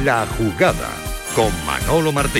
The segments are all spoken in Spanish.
La Jugada con Manolo Martín.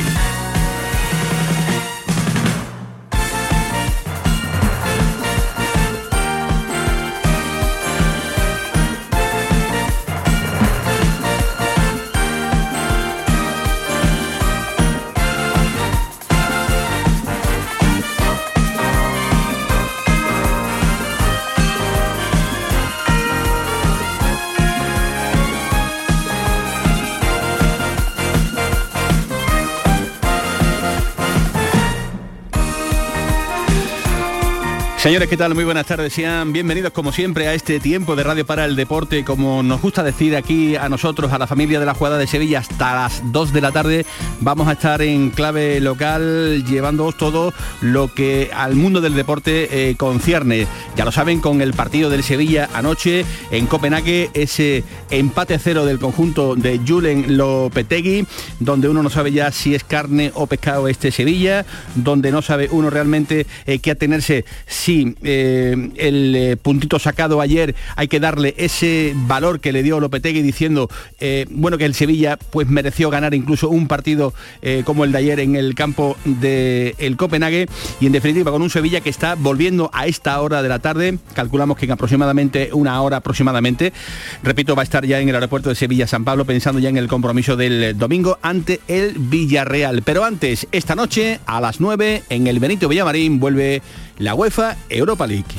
Señores, ¿qué tal? Muy buenas tardes. Sean bienvenidos como siempre a este tiempo de Radio para el Deporte. Como nos gusta decir aquí a nosotros, a la familia de la Jugada de Sevilla, hasta las 2 de la tarde vamos a estar en clave local llevándoos todo lo que al mundo del deporte concierne. Ya lo saben, con el partido del Sevilla anoche en Copenhague, ese empate a 0 del conjunto de Julen Lopetegui, donde uno no sabe ya si es carne o pescado este Sevilla, donde no sabe uno realmente qué atenerse, si el puntito sacado ayer hay que darle ese valor que le dio Lopetegui diciendo bueno, que el Sevilla pues mereció ganar incluso un partido como el de ayer en el campo del Copenhague, y en definitiva con un Sevilla que está volviendo a esta hora de la tarde. Calculamos que en aproximadamente una hora repito, va a estar ya en el aeropuerto de Sevilla-San Pablo, pensando ya en el compromiso del domingo ante el Villarreal. Pero antes, esta noche a las 9 en el Benito Villamarín vuelve la UEFA Europa League.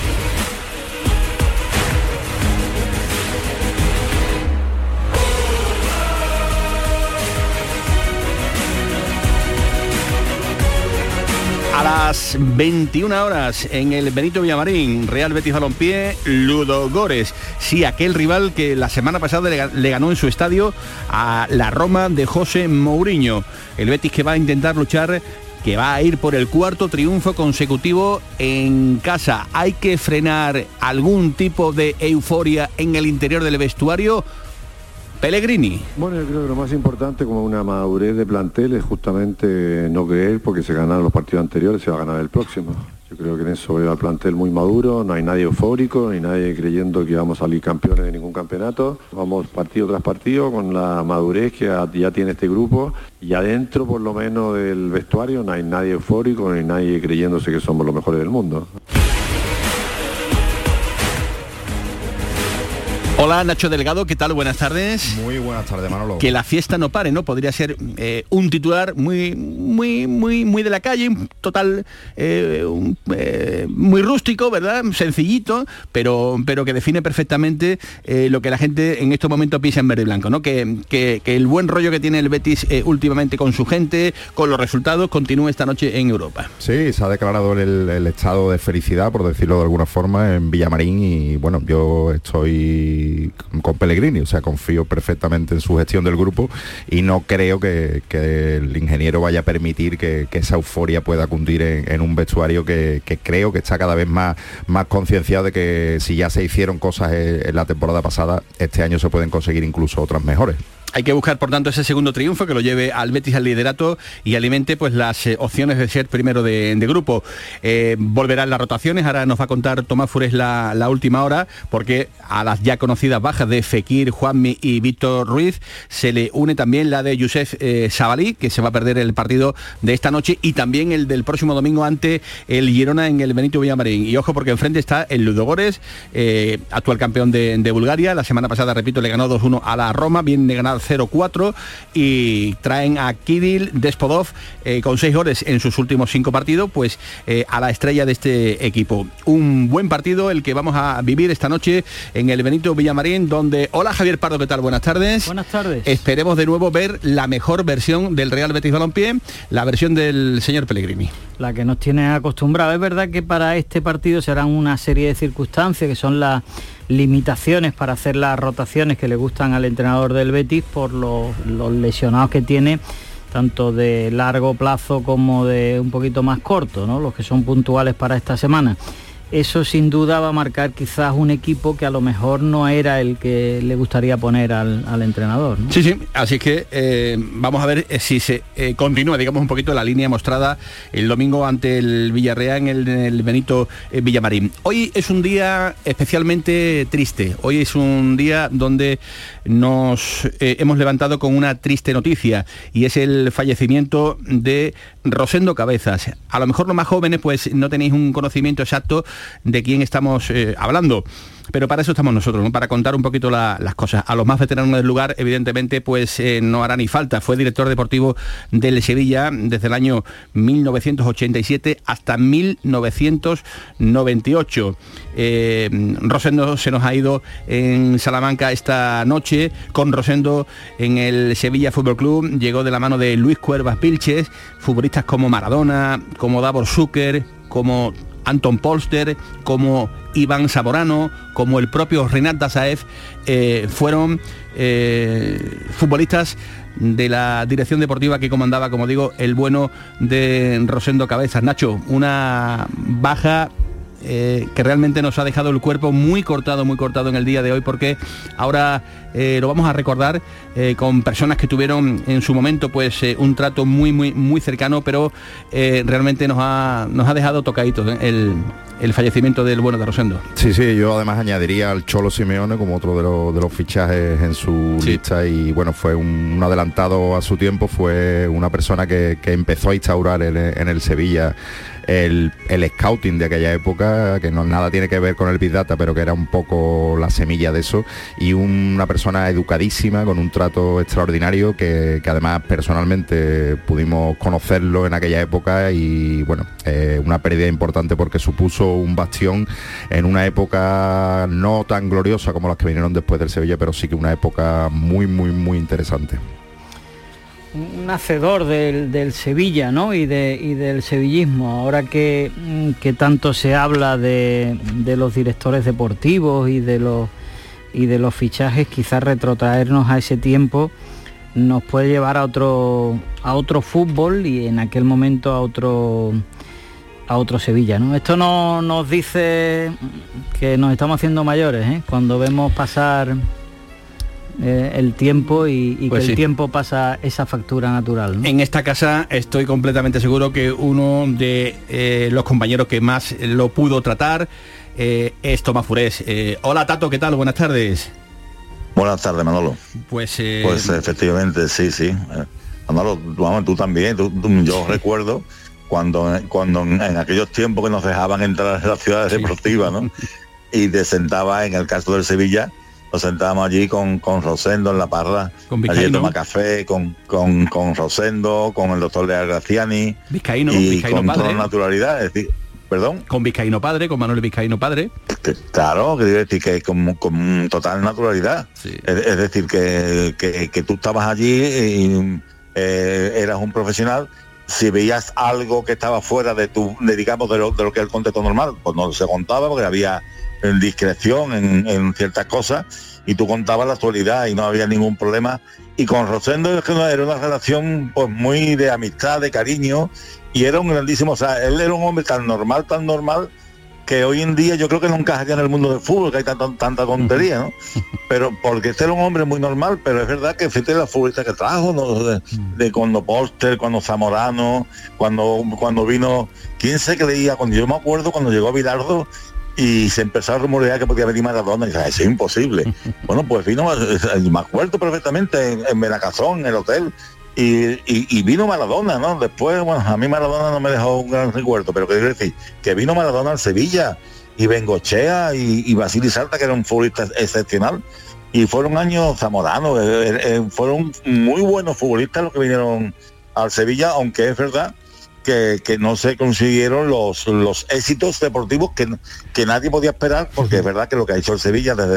A las 21 horas en el Benito Villamarín, Real Betis Balompié, Ludogorets. Sí, aquel rival que la semana pasada le ganó en su estadio a la Roma de José Mourinho. El Betis que va a intentar luchar, que va a ir por el cuarto triunfo consecutivo en casa. ¿Hay que frenar algún tipo de euforia en el interior del vestuario? Pellegrini. Bueno, yo creo que lo más importante como una madurez de plantel es justamente no creer porque se ganaron los partidos anteriores, se va a ganar el próximo. Yo creo que en eso veo al plantel muy maduro, no hay nadie eufórico, ni nadie creyendo que vamos a salir campeones de ningún campeonato. Vamos partido tras partido con la madurez que ya tiene este grupo, y adentro por lo menos del vestuario no hay nadie eufórico, ni nadie creyéndose que somos los mejores del mundo. Hola, Nacho Delgado, ¿qué tal? Buenas tardes. Muy buenas tardes, Manolo. Que la fiesta no pare, ¿no? Podría ser un titular muy de la calle, un total, muy rústico, ¿verdad? Sencillito, pero que define perfectamente lo que la gente en estos momentos piensa en verde y blanco, ¿no? Que el buen rollo que tiene el Betis últimamente con su gente, con los resultados, continúe esta noche en Europa. Sí, se ha declarado el estado de felicidad, por decirlo de alguna forma, en Villamarín, y bueno, yo estoy con Pellegrini, o sea, confío perfectamente en su gestión del grupo y no creo que el ingeniero vaya a permitir que esa euforia pueda cundir en un vestuario que creo que está cada vez más concienciado de que si ya se hicieron cosas en la temporada pasada, este año se pueden conseguir incluso otras mejores. Hay que buscar, por tanto, ese segundo triunfo que lo lleve al Betis al liderato y alimente pues las opciones de ser primero de grupo. Volverán las rotaciones, ahora nos va a contar Tomás Fures la última hora, porque a las ya conocidas bajas de Fekir, Juanmi y Víctor Ruiz se le une también la de Youssef Sabalí, que se va a perder el partido de esta noche, y también el del próximo domingo ante el Girona en el Benito Villamarín. Y ojo, porque enfrente está el Ludogorets, actual campeón de Bulgaria. La semana pasada, repito, le ganó 2-1 a la Roma, viene de ganar 0-4, y traen a Kirill Despodov con 6 goles en sus últimos 5 partidos, pues a la estrella de este equipo. Un buen partido el que vamos a vivir esta noche en el Benito Villamarín, donde... Hola, Javier Pardo, ¿qué tal? Buenas tardes. Buenas tardes. Esperemos de nuevo ver la mejor versión del Real Betis Balompié, la versión del señor Pellegrini. La que nos tiene acostumbrados. Es verdad que para este partido serán una serie de circunstancias que son las limitaciones para hacer las rotaciones que le gustan al entrenador del Betis por los lesionados que tiene, tanto de largo plazo como de un poquito más corto, ¿no? Los que son puntuales para esta semana. eso sin duda va a marcar quizás un equipo que a lo mejor no era el que le gustaría poner al entrenador, ¿no? Sí, así que vamos a ver si se continúa, digamos, un poquito la línea mostrada el domingo ante el Villarreal en el Benito Villamarín. Hoy es un día especialmente triste, hoy es un día donde nos hemos levantado con una triste noticia, y es el fallecimiento de Rosendo Cabezas. A lo mejor los más jóvenes pues no tenéis un conocimiento exacto de quién estamos hablando, pero para eso estamos nosotros, ¿no? Para contar un poquito las cosas. A los más veteranos del lugar, evidentemente, pues no hará ni falta. Fue director deportivo del Sevilla desde el año 1987 hasta 1998. Rosendo se nos ha ido en Salamanca esta noche. Con Rosendo en el Sevilla Fútbol Club llegó de la mano de Luis Cuervas Vilches, futbolistas como Maradona, como Davor Zucker, como Anton Polster, como Iván Zamorano, como el propio Renat Dazaev, fueron futbolistas de la dirección deportiva que comandaba, como digo, el bueno de Rosendo Cabezas. Nacho, una baja que realmente nos ha dejado el cuerpo muy cortado en el día de hoy, porque ahora lo vamos a recordar con personas que tuvieron en su momento pues un trato muy cercano, pero realmente nos ha dejado tocaditos el fallecimiento del bueno de Rosendo. Sí, yo además añadiría al Cholo Simeone como otro de los fichajes en su lista, y bueno, fue un adelantado a su tiempo, fue una persona que empezó a instaurar en el Sevilla el scouting de aquella época, que no nada tiene que ver con el Big Data, pero que era un poco la semilla de eso, y una persona educadísima, con un trato extraordinario, que además personalmente pudimos conocerlo en aquella época, y bueno, una pérdida importante porque supuso un bastión en una época no tan gloriosa como las que vinieron después del Sevilla, pero sí que una época muy interesante. Un hacedor del Sevilla, ¿no? y del sevillismo. Ahora que tanto se habla de los directores deportivos y de los fichajes, quizás retrotraernos a ese tiempo nos puede llevar a otro fútbol, y en aquel momento a otro Sevilla, ¿no? Esto no nos dice que nos estamos haciendo mayores, ¿eh? Cuando vemos pasar el tiempo y pues que el tiempo pasa esa factura natural, ¿no? En esta casa estoy completamente seguro que uno de los compañeros que más lo pudo tratar es Tomás Furés. Hola Tato, ¿qué tal? Buenas tardes. Buenas tardes, Manolo. Pues efectivamente, sí. Manolo, tú también, yo recuerdo cuando en aquellos tiempos que nos dejaban entrar en las ciudades deportivas, ¿no? Y te sentaba, en el caso del Sevilla, nos sentábamos allí con Rosendo en la parra, allí toma café con Rosendo, con el doctor Leal Graciani, Vizcaíno con padre, toda naturalidad, es decir, perdón, con Vizcaíno padre, con Manuel Vizcaíno padre, claro, que decir que con total naturalidad, sí. Es decir que tú estabas allí y eras un profesional. Si veías algo que estaba fuera de digamos de lo que es el contexto normal, pues no se contaba, porque había discreción en ciertas cosas, y tú contabas la actualidad y no había ningún problema. Y con Rosendo es que era una relación pues muy de amistad, de cariño, y era un grandísimo, o sea, él era un hombre tan normal, que hoy en día yo creo que no encajaría en el mundo del fútbol, que hay tanta tontería, ¿no? Pero porque este era un hombre muy normal, pero es verdad que fíjate la futbolista que trajo, ¿no? de cuando Póster, cuando Zamorano, cuando vino, ¿quién se creía? Cuando yo me acuerdo cuando llegó Bilardo y se empezó a rumorear que podía venir Maradona, y dije, eso es imposible. Bueno, pues vino, me acuerdo perfectamente, en Benacazón, en el hotel, y vino Maradona, ¿no? Después, bueno, a mí Maradona no me dejó un gran recuerdo, pero quiero decir que vino Maradona al Sevilla, y Bengochea y Basili Salta, que era un futbolista excepcional, y fueron años zamoranos, fueron muy buenos futbolistas los que vinieron al Sevilla, aunque es verdad que no se consiguieron los éxitos deportivos que nadie podía esperar, porque es verdad que lo que ha hecho el Sevilla desde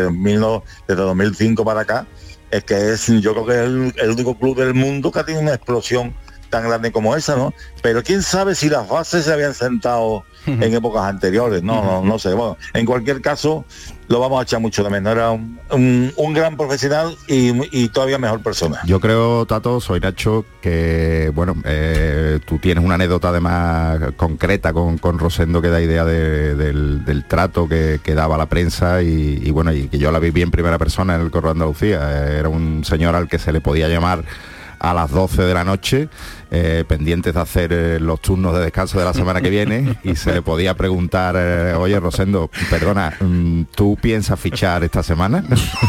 2005 para acá es que yo creo que es el único club del mundo que ha tenido una explosión tan grande como esa, ¿no? Pero quién sabe si las bases se habían sentado en épocas anteriores, no sé. Bueno, en cualquier caso, lo vamos a echar mucho de menos. Era un gran profesional y todavía mejor persona. Yo creo, Tato, soy Nacho, que bueno, tú tienes una anécdota además concreta con Rosendo que da idea del trato que daba la prensa y bueno, y que yo la viví en primera persona en el Correo de Andalucía. Era un señor al que se le podía llamar a las 12 de la noche, pendientes de hacer los turnos de descanso de la semana que viene, y se le podía preguntar, oye, Rosendo, perdona, ¿tú piensas fichar esta semana?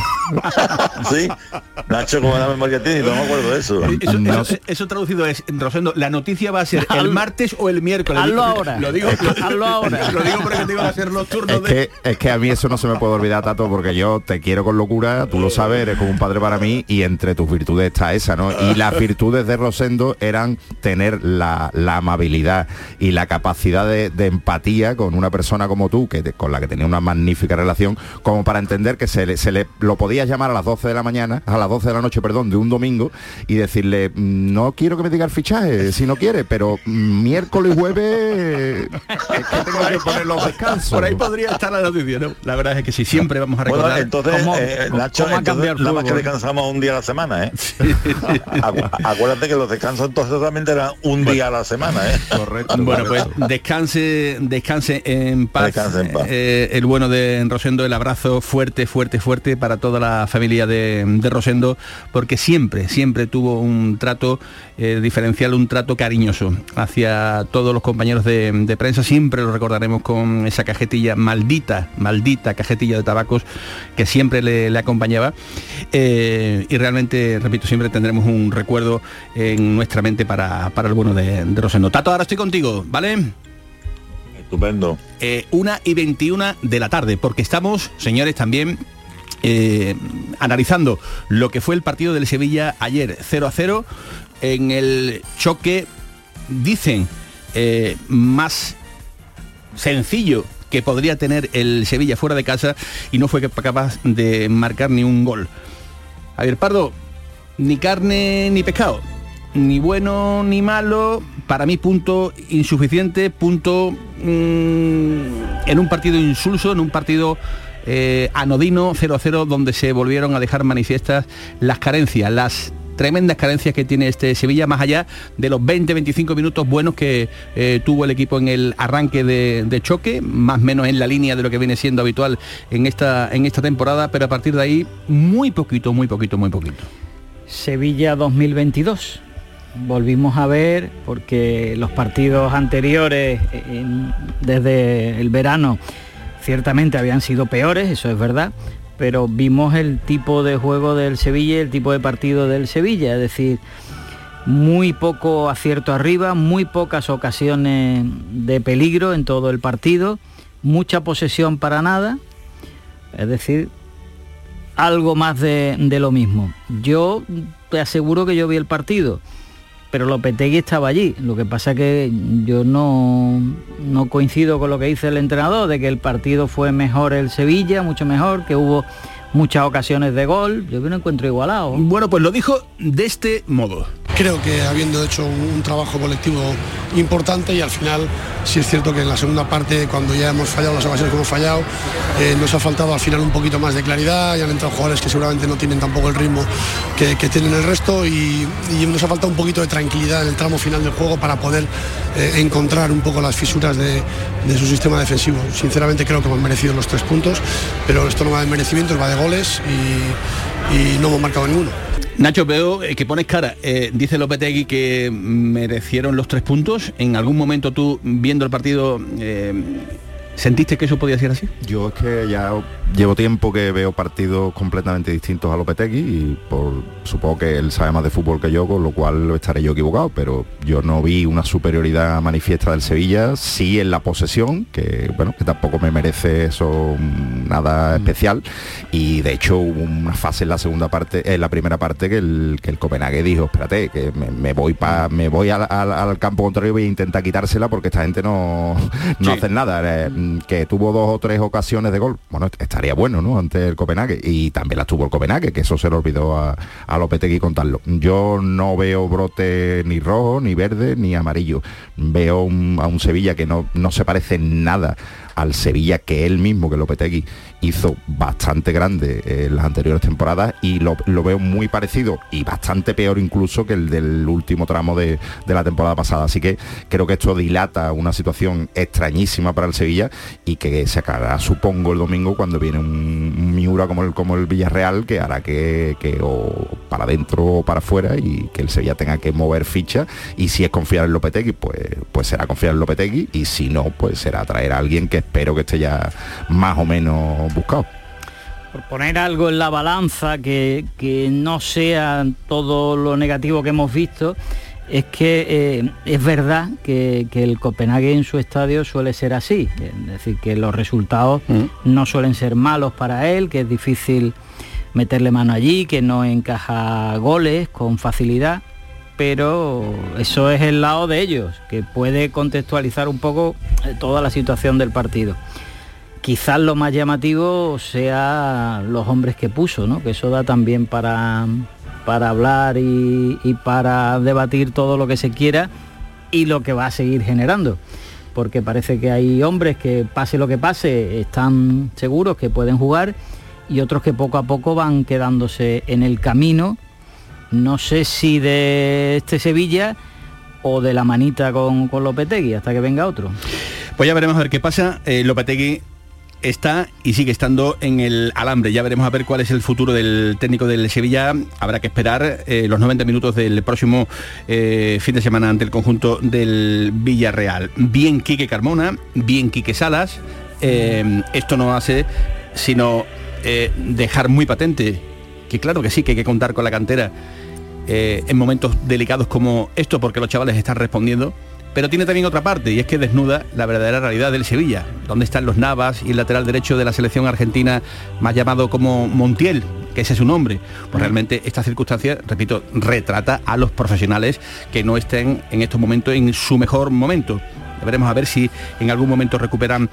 Sí, Nacho, como la memoria tiene, no me acuerdo de eso. Eso traducido es, Rosendo, la noticia va a ser el martes o el miércoles. Hazlo ahora. Lo digo ahora. Lo digo porque te iban a hacer los turnos es que a mí eso no se me puede olvidar, Tato, porque yo te quiero con locura, tú lo sabes, eres como un padre para mí, y entre tus virtudes está esa, ¿no? Y las virtudes de Rosendo eran tener la amabilidad y la capacidad de empatía con una persona como tú, con la que tenía una magnífica relación, como para entender que se le lo podías llamar a las 12 de la noche, de un domingo, y decirle, no quiero que me diga el fichaje, si no quiere, pero miércoles y jueves es que tengo que poner los descansos. Por ahí podría estar la noticia, ¿no? La verdad es que sí, siempre vamos a recordar. Bueno, entonces, Nacho, nada más que descansamos un día a la semana, ¿eh? Sí. Acuérdate que los descansos entonces solamente eran un día a la semana, ¿eh? Correcto. Bueno, pues descanse en paz. El bueno de Rosendo, el abrazo fuerte para toda la familia de Rosendo, porque siempre tuvo un trato diferencial, un trato cariñoso hacia todos los compañeros de prensa. Siempre lo recordaremos con esa cajetilla, maldita cajetilla de tabacos que siempre le acompañaba, y realmente, repito, siempre tendremos un recuerdo en nuestra mente para el bueno de Rosendo. Tato, ahora estoy contigo, ¿vale? Estupendo. 1:21 de la tarde, porque estamos, señores, también analizando lo que fue el partido del Sevilla ayer, 0-0, en el choque, dicen, más sencillo que podría tener el Sevilla fuera de casa, y no fue capaz de marcar ni un gol. Javier Pardo, ni carne ni pescado, ni bueno ni malo, para mí punto insuficiente, punto en un partido insulso, en un partido anodino, 0-0, donde se volvieron a dejar manifiestas las carencias, las tremendas carencias que tiene este Sevilla, más allá de los 20-25 minutos buenos que tuvo el equipo en el arranque de choque, más o menos en la línea de lo que viene siendo habitual en esta temporada, pero a partir de ahí muy poquito. Sevilla 2022. Volvimos a ver, porque los partidos anteriores, desde el verano, ciertamente habían sido peores, eso es verdad, pero vimos el tipo de juego del Sevilla, el tipo de partido del Sevilla, es decir, muy poco acierto arriba, muy pocas ocasiones de peligro en todo el partido, mucha posesión para nada, es decir, algo más de lo mismo. Yo te aseguro que yo vi el partido, pero Lopetegui estaba allí. Lo que pasa es que yo no coincido con lo que dice el entrenador, de que el partido fue mejor el Sevilla, mucho mejor, que hubo muchas ocasiones de gol. Yo me lo encuentro igualado. Bueno, pues lo dijo de este modo. Creo que habiendo hecho un trabajo colectivo importante, y al final sí es cierto que en la segunda parte, cuando ya hemos fallado las ocasiones que hemos fallado, nos ha faltado al final un poquito más de claridad, y han entrado jugadores que seguramente no tienen tampoco el ritmo que tienen el resto, y nos ha faltado un poquito de tranquilidad en el tramo final del juego para poder encontrar un poco las fisuras de su sistema defensivo. Sinceramente creo que hemos merecido los 3 puntos, pero esto no va de merecimientos, va de goles, y no hemos marcado ninguno. Nacho, veo que pones cara. Dice Lopetegui que merecieron los 3 puntos. ¿En algún momento tú, viendo el partido, sentiste que eso podía ser así? Yo es que ya llevo tiempo que veo partidos completamente distintos a Lopetegui, y supongo que él sabe más de fútbol que yo, con lo cual estaré yo equivocado, pero yo no vi una superioridad manifiesta del Sevilla, sí en la posesión, que bueno, que tampoco me merece eso nada especial, y de hecho hubo una fase en la primera parte que el Copenhague dijo, espérate, que me voy al campo contrario y voy a intentar quitársela, porque esta gente no hace nada. que tuvo 2 o 3 ocasiones de gol, bueno, estaría bueno, ¿no?, ante el Copenhague, y también las tuvo el Copenhague, que eso se le olvidó a Lopetegui contarlo. Yo no veo brote ni rojo, ni verde, ni amarillo. Veo a un Sevilla que no se parece en nada al Sevilla que él mismo, que Lopetegui hizo bastante grande en las anteriores temporadas, y lo veo muy parecido y bastante peor incluso que el del último tramo de la temporada pasada. Así que creo que esto dilata una situación extrañísima para el Sevilla, y que se acabará, supongo, el domingo, cuando viene un Miura como el Villarreal, que hará que o para adentro o para afuera, y que el Sevilla tenga que mover ficha. Y si es confiar en Lopetegui, pues será confiar en Lopetegui, y si no, pues será traer a alguien que espero que esté ya más o menos buscado. Por poner algo en la balanza que no sea todo lo negativo que hemos visto, es que es verdad que el Copenhague en su estadio suele ser así, es decir, que los resultados no suelen ser malos para él, que es difícil meterle mano allí, que no encaja goles con facilidad, pero eso es el lado de ellos, que puede contextualizar un poco toda la situación del partido. Quizás lo más llamativo sea los hombres que puso, ¿no?, que eso da también para hablar y para debatir todo lo que se quiera, y lo que va a seguir generando, porque parece que hay hombres que, pase lo que pase, están seguros que pueden jugar, y otros que poco a poco van quedándose en el camino, no sé si de este Sevilla o de la manita con Lopetegui, hasta que venga otro. Pues ya veremos a ver qué pasa. Lopetegui está y sigue estando en el alambre. Ya veremos a ver cuál es el futuro del técnico del Sevilla. Habrá que esperar los 90 minutos del próximo fin de semana ante el conjunto del Villarreal. Bien Quique Carmona, bien Quique Salas. Esto no hace sino dejar muy patente que claro que sí, que hay que contar con la cantera en momentos delicados como esto, porque los chavales están respondiendo. Pero tiene también otra parte, y es que desnuda la verdadera realidad del Sevilla. ¿Dónde están los Navas y el lateral derecho de la selección argentina, más llamado como Montiel, que ese es su nombre? Pues realmente esta circunstancia, repito, retrata a los profesionales que no estén en estos momentos en su mejor momento. Veremos a ver si en algún momento recuperan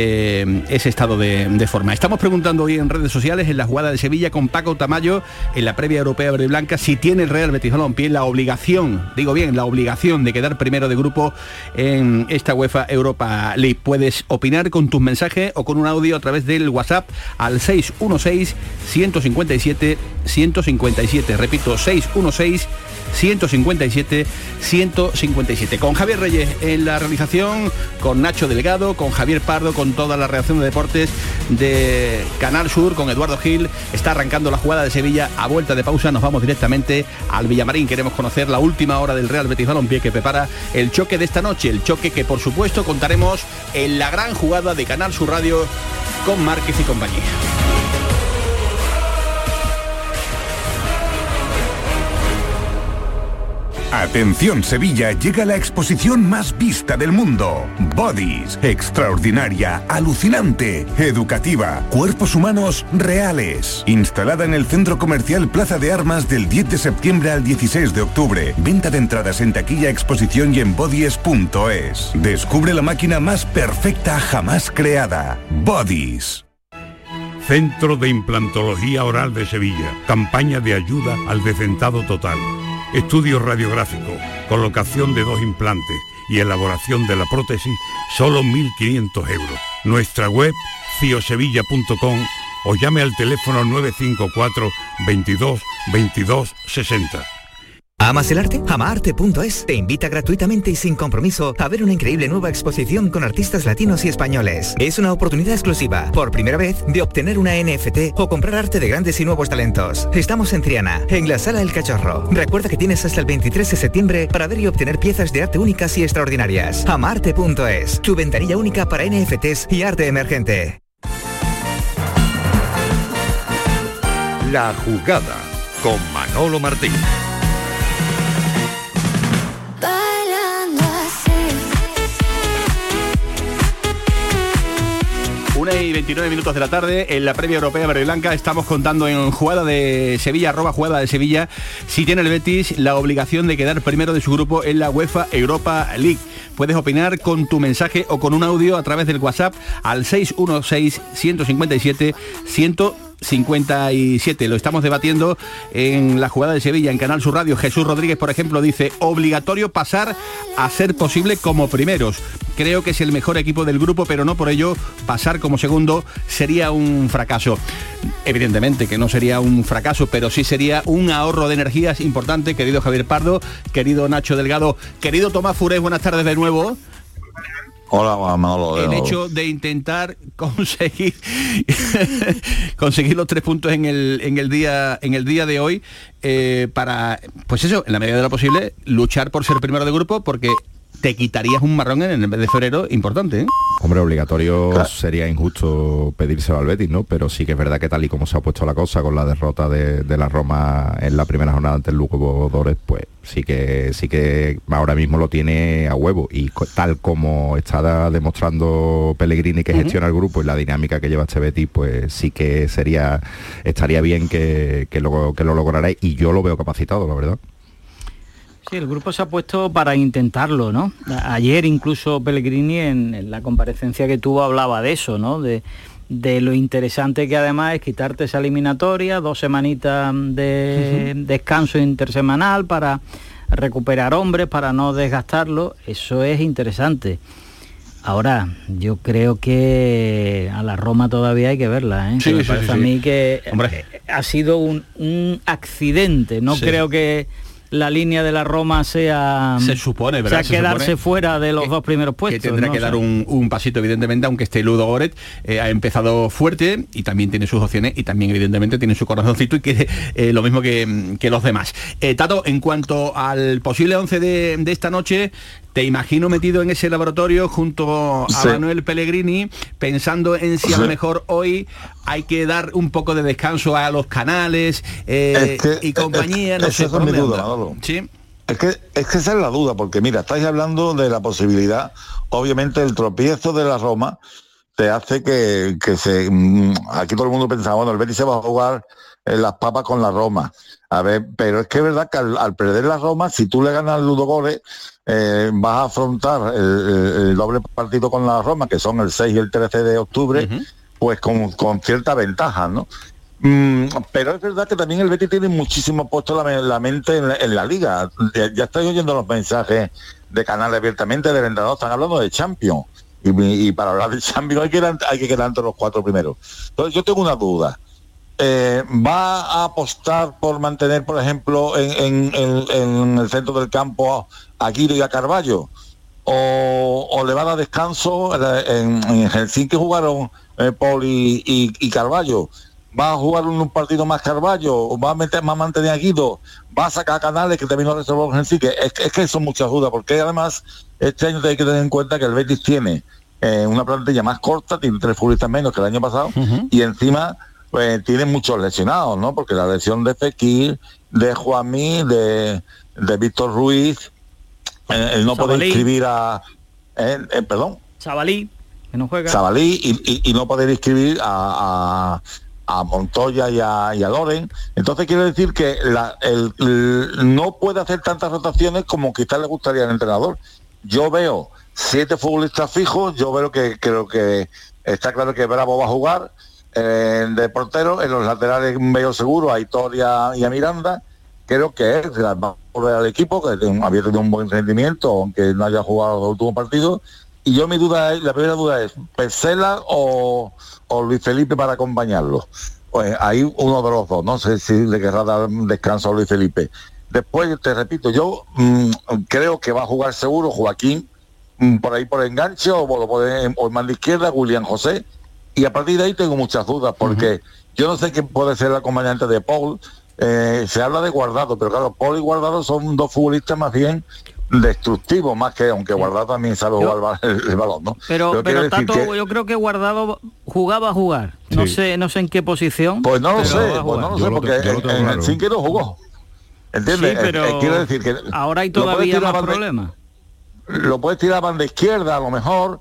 ese estado de forma. Estamos preguntando hoy en redes sociales, en la jugada de Sevilla con Paco Tamayo, en la previa europea verde y blanca, si tiene el Real Betis Balompié la obligación, digo bien, la obligación de quedar primero de grupo en esta UEFA Europa League. Puedes opinar con tus mensajes o con un audio a través del WhatsApp al 616-157-157. Repito, 616-157-157. Con Javier Reyes en la realización, con Nacho Delgado, con Javier Pardo, con toda la redacción de deportes de Canal Sur, con Eduardo Gil. Está arrancando la jugada de Sevilla. A vuelta de pausa nos vamos directamente al Villamarín. Queremos conocer la última hora del Real Betis Balompié, que prepara el choque de esta noche, el choque que por supuesto contaremos en la gran jugada de Canal Sur Radio con Márquez y compañía. Atención Sevilla, llega la exposición más vista del mundo. Bodies, extraordinaria, alucinante, educativa, cuerpos humanos reales. Instalada en el Centro Comercial Plaza de Armas del 10 de septiembre al 16 de octubre. Venta de entradas en taquilla, exposición y en bodies.es. Descubre la máquina más perfecta jamás creada. Bodies. Centro de Implantología Oral de Sevilla. Campaña de ayuda al decentado total. Estudio radiográfico, colocación de 2 implantes y elaboración de la prótesis, solo 1.500 euros. Nuestra web, ciosevilla.com, o llame al teléfono 954 22 22 60. ¿Amas el arte? Amaarte.es te invita gratuitamente y sin compromiso a ver una increíble nueva exposición con artistas latinos y españoles. Es una oportunidad exclusiva, por primera vez, de obtener una NFT o comprar arte de grandes y nuevos talentos. Estamos en Triana, en la Sala El Cachorro. Recuerda que tienes hasta el 23 de septiembre para ver y obtener piezas de arte únicas y extraordinarias. Amaarte.es, tu ventanilla única para NFTs y arte emergente. La jugada con Manolo Martín. 1:29 de la tarde, en la previa europea verde y blanca estamos contando en jugada de Sevilla, @jugada de Sevilla, si tiene el Betis la obligación de quedar primero de su grupo en la UEFA Europa League. Puedes opinar con tu mensaje o con un audio a través del WhatsApp al 616-157-157. Lo estamos debatiendo en la jugada de Sevilla, en Canal Sur Radio. Jesús Rodríguez, por ejemplo, dice: obligatorio pasar a ser posible como primeros. Creo que es el mejor equipo del grupo, pero no por ello pasar como segundo sería un fracaso. Evidentemente que no sería un fracaso, pero sí sería un ahorro de energías importante, querido Javier Pardo, querido Nacho Delgado, querido Tomás Furés, buenas tardes de nuevo. Hola, Manolo. El hecho de intentar conseguir los 3 puntos en el día de hoy, para, pues eso, en la medida de lo posible, luchar por ser primero de grupo, porque te quitarías un marrón en el mes de febrero importante, ¿eh? Hombre, obligatorio, claro. Sería injusto pedírselo al Betis, ¿no? Pero sí que es verdad que tal y como se ha puesto la cosa con la derrota de la Roma en la primera jornada ante el Lugo Dores, pues sí que ahora mismo lo tiene a huevo, y tal como está demostrando Pellegrini que gestiona el grupo y la dinámica que lleva este Betis, pues sí que estaría bien que lo lograra, y yo lo veo capacitado, la verdad. Sí, el grupo se ha puesto para intentarlo, ¿no? Ayer incluso Pellegrini en la comparecencia que tuvo hablaba de eso, ¿no? De lo interesante que además es quitarte esa eliminatoria, 2 semanitas de descanso intersemanal para recuperar hombres, para no desgastarlo. Eso es interesante. Ahora, yo creo que a la Roma todavía hay que verla, ¿eh? Sí, me parece a mí que hombre, ha sido un accidente. No creo que la línea de la Roma sea, se supone, ¿verdad? sea quedarse fuera de los 2 primeros puestos. Que tendrá que dar un pasito, evidentemente, aunque esté Ludogorets, ha empezado fuerte y también tiene sus opciones, y también evidentemente tiene su corazoncito y quiere lo mismo que los demás. Tato, en cuanto al posible 11 de esta noche, te imagino metido en ese laboratorio junto a Manuel Pellegrini, pensando en si a lo mejor hoy hay que dar un poco de descanso a los Canales y compañía. No sé, esa es mi duda, Manolo. ¿Sí? Es que esa es la duda, porque mira, estáis hablando de la posibilidad, obviamente el tropiezo de la Roma te hace que aquí todo el mundo pensaba, bueno, el Betis se va a jugar las papas con la Roma. A ver, pero es que es verdad que al perder la Roma, si tú le ganas al Ludogorets, vas a afrontar el doble partido con la Roma, que son el 6 y el 13 de octubre, pues con cierta ventaja, ¿no? Pero es verdad que también el Betis tiene muchísimo puesto la mente en la liga. Ya estoy oyendo los mensajes de Canales abiertamente del entrenador, están hablando de Champions, y para hablar de Champions hay que quedar entre los 4 primeros. Entonces yo tengo una duda. ¿Va a apostar por mantener, por ejemplo, en el centro del campo a Guido y a Carballo? ¿O le va a dar descanso? En Helsinki jugaron Paul y Carballo. ¿Va a jugar un partido más Carballo? ¿Va a mantener a Guido? ¿Va a sacar a Canales, que también lo reservó en Helsinki? Es que son muchas dudas, porque además este año hay que tener en cuenta que el Betis tiene una plantilla más corta, tiene 3 futbolistas menos que el año pasado, y encima pues tiene muchos lesionados, ¿no? Porque la lesión de Fekir, de Juanmi, de Víctor Ruiz, el no poder inscribir a Sabalí, que no juega. Sabalí, y no poder inscribir a Montoya y a Loren. Entonces quiere decir que no puede hacer tantas rotaciones como quizás le gustaría al entrenador. Yo veo 7 futbolistas fijos, yo veo que creo que está claro que Bravo va a jugar de portero. En los laterales veo seguro a Aitor y a Miranda. Creo que él va a volver al equipo, que había tenido un buen rendimiento, aunque no haya jugado los últimos partidos. Y yo la primera duda es, ¿Pesela o Luis Felipe para acompañarlo? Pues ahí uno de los dos, no sé si le querrá dar descanso a Luis Felipe. Después, te repito, yo creo que va a jugar seguro Joaquín, por ahí por enganche, o en banda izquierda, William José. Y a partir de ahí tengo muchas dudas, porque yo no sé quién puede ser el acompañante de Paul. Se habla de Guardado, pero claro, Paul y Guardado son 2 futbolistas más bien destructivos, más que, aunque Guardado también sabe jugar el balón, ¿no? Pero Tato, yo creo que Guardado jugaba a jugar. No sé en qué posición. Pues no lo sé, porque en el 5 no jugó. ¿Entiendes? Sí, pero quiero decir que ahora hay todavía más problemas. Lo puedes tirar a banda izquierda, a lo mejor,